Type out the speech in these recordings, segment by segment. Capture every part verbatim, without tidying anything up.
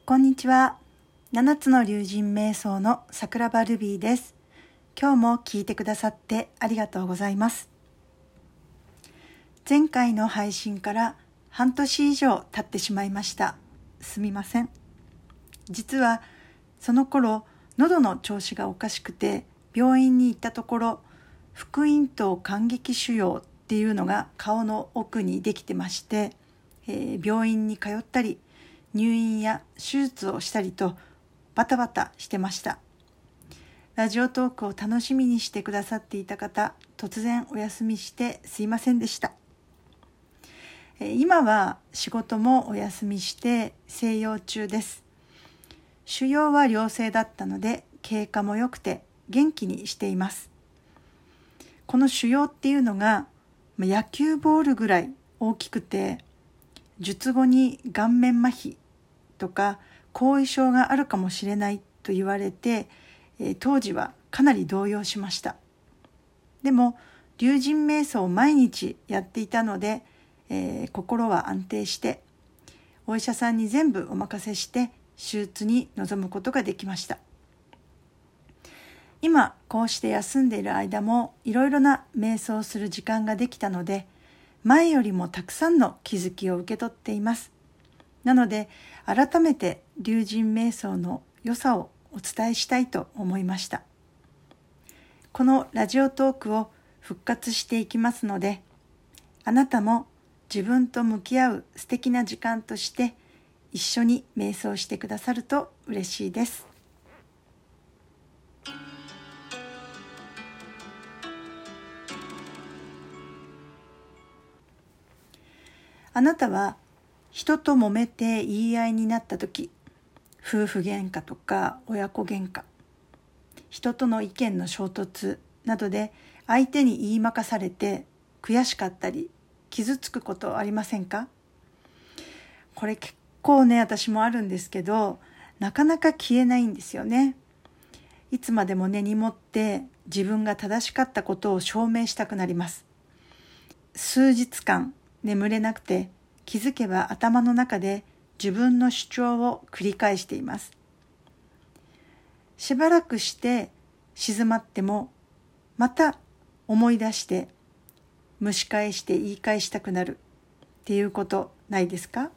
こんにちは。七つの龍神瞑想の桜庭ルビーです。今日も聞いてくださってありがとうございます。前回の配信から半年以上経ってしまいました。すみません。実はその頃喉の調子がおかしくて病院に行ったところ、副咽頭間隙腫瘍っていうのが顔の奥にできてまして、えー、病院に通ったり入院や手術をしたりとバタバタしてました。ラジオトークを楽しみにしてくださっていた方、突然お休みしてすいませんでした。今は仕事もお休みして静養中です。腫瘍は良性だったので経過も良くて元気にしています。この腫瘍っていうのが野球ボールぐらい大きくて、術後に顔面麻痺とか後遺症があるかもしれないと言われて、えー、当時はかなり動揺しました。でも龍神瞑想を毎日やっていたので、えー、心は安定してお医者さんに全部お任せして手術に臨むことができました。今こうして休んでいる間もいろいろな瞑想をする時間ができたので、前よりもたくさんの気づきを受け取っています。なので改めて龍神瞑想の良さをお伝えしたいと思いました。このラジオトークを復活していきますので、あなたも自分と向き合う素敵な時間として一緒に瞑想してくださると嬉しいです。あなたは人と揉めて言い合いになったとき、夫婦喧嘩とか親子喧嘩、人との意見の衝突などで相手に言い負かされて悔しかったり傷つくことありませんか？これ結構ね、私もあるんですけど、なかなか消えないんですよね。いつまでも根に持って自分が正しかったことを証明したくなります。数日間眠れなくて、気づけば頭の中で自分の主張を繰り返しています。しばらくして静まっても、また思い出して蒸し返して言い返したくなるっていうことないですか？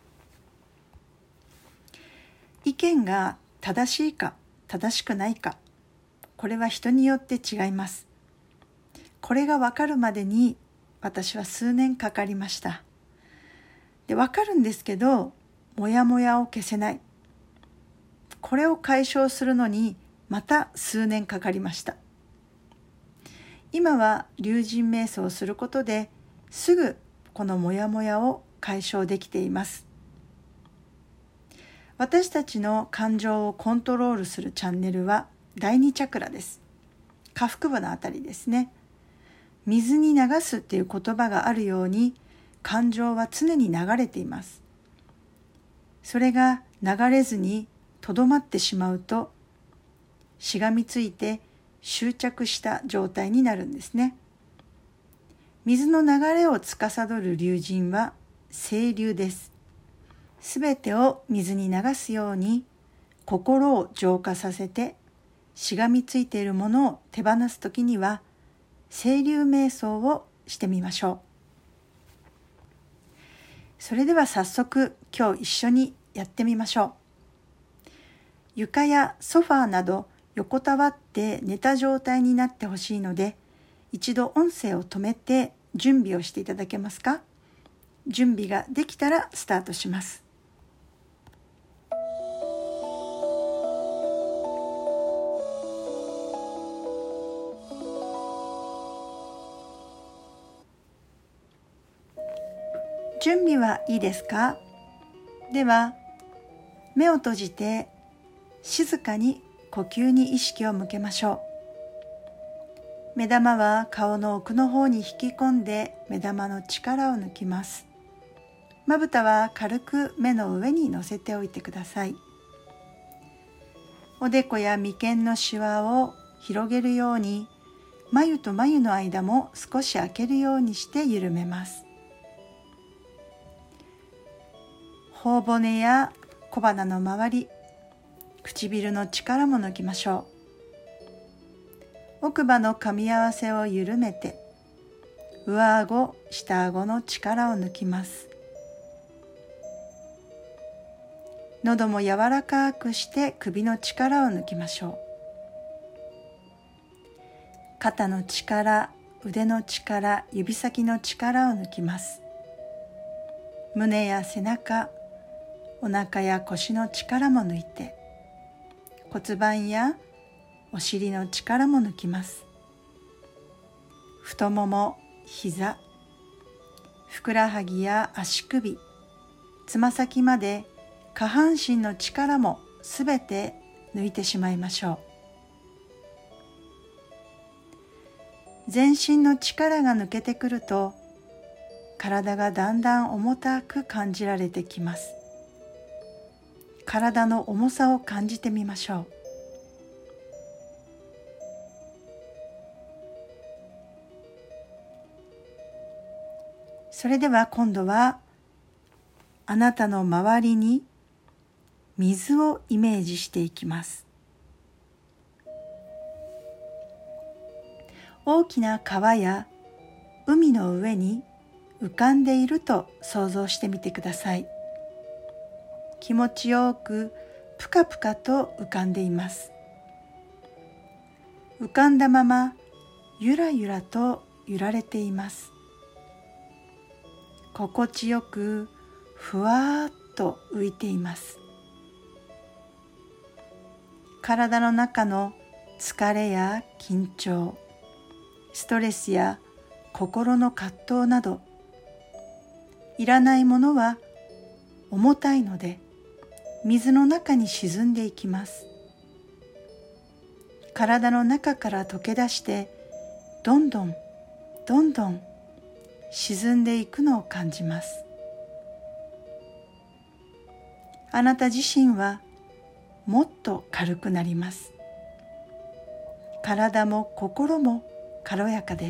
意見が正しいか正しくないか、これは人によって違います。これが分かるまでに私は数年かかりました。で、分かるんですけど、もやもやを消せない。これを解消するのにまた数年かかりました。今は龍神瞑想をすることですぐこのもやもやを解消できています。私たちの感情をコントロールするチャンネルはだいにチャクラです。下腹部のあたりですね。水に流すっていう言葉があるように、感情は常に流れています。それが流れずにとどまってしまうと、しがみついて執着した状態になるんですね。水の流れを司る龍神は清流です。すべてを水に流すように心を浄化させて、しがみついているものを手放すときには清流瞑想をしてみましょう。それでは早速今日一緒にやってみましょう。床やソファーなど横たわって寝た状態になってほしいので、一度音声を止めて準備をしていただけますか？準備ができたらスタートします。準備はいいですか？では目を閉じて静かに呼吸に意識を向けましょう。目玉は顔の奥の方に引き込んで目玉の力を抜きます。まぶたは軽く目の上に乗せておいてください。おでこや眉間のシワを広げるように、眉と眉の間も少し開けるようにして緩めます。頬骨や小鼻の周り、 唇の力も抜きましょう。奥歯の噛み合わせを緩めて、上顎、下顎の力を抜きます。喉も柔らかくして首の力を抜きましょう。肩の力、腕の力、指先の力を抜きます。胸や背中、お腹や腰の力も抜いて、骨盤やお尻の力も抜きます。太もも、膝、ふくらはぎや足首、つま先まで下半身の力もすべて抜いてしまいましょう。全身の力が抜けてくると、体がだんだん重たく感じられてきます。体の重さを感じてみましょう。それでは今度はあなたの周りに水をイメージしていきます。大きな川や海の上に浮かんでいると想像してみてください。気持ちよくぷかぷかと浮かんでいます。浮かんだままゆらゆらと揺られています。心地よくふわーっと浮いています。体の中の疲れや緊張、ストレスや心の葛藤など、いらないものは重たいので水の中に沈んでいきます。体の中から溶け出してどんどんどんどん沈んでいくのを感じます。あなた自身はもっと軽くなります。体も心も軽やかです。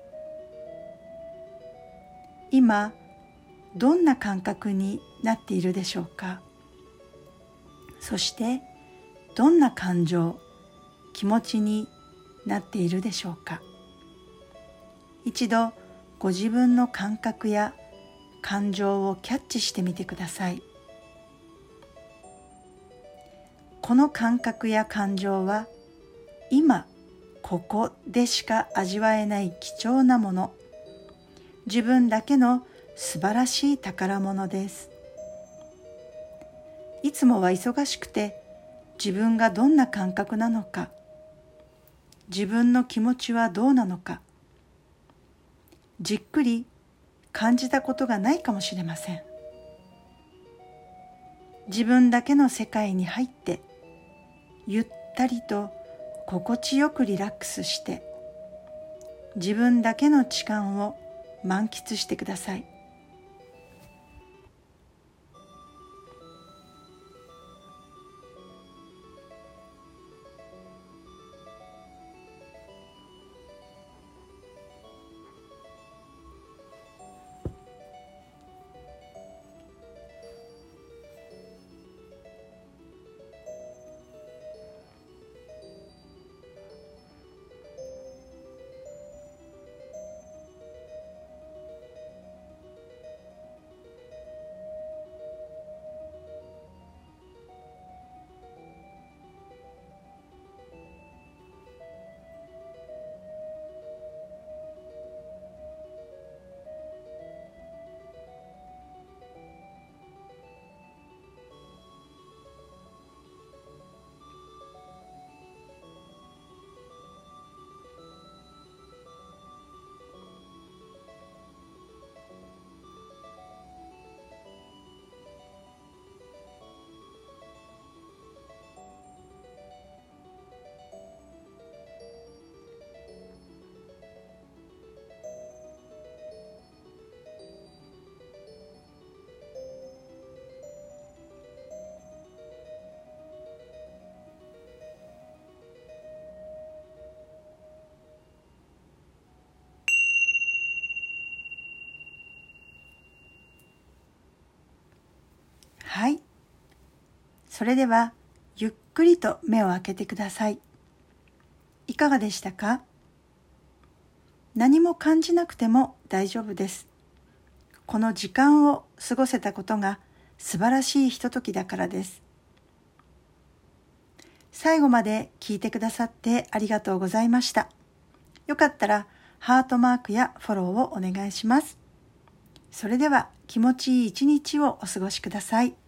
今どんな感覚になっているでしょうか。そしてどんな感情、気持ちになっているでしょうか。一度ご自分の感覚や感情をキャッチしてみてください。この感覚や感情は今ここでしか味わえない貴重なもの、自分だけの素晴らしい宝物です。いつもは忙しくて自分がどんな感覚なのか、自分の気持ちはどうなのか、じっくり感じたことがないかもしれません。自分だけの世界に入ってゆったりと心地よくリラックスして、自分だけの時間を満喫してください。はい。それではゆっくりと目を開けてください。いかがでしたか？何も感じなくても大丈夫です。この時間を過ごせたことが素晴らしいひとときだからです。最後まで聞いてくださってありがとうございました。よかったらハートマークやフォローをお願いします。それでは気持ちいい一日をお過ごしください。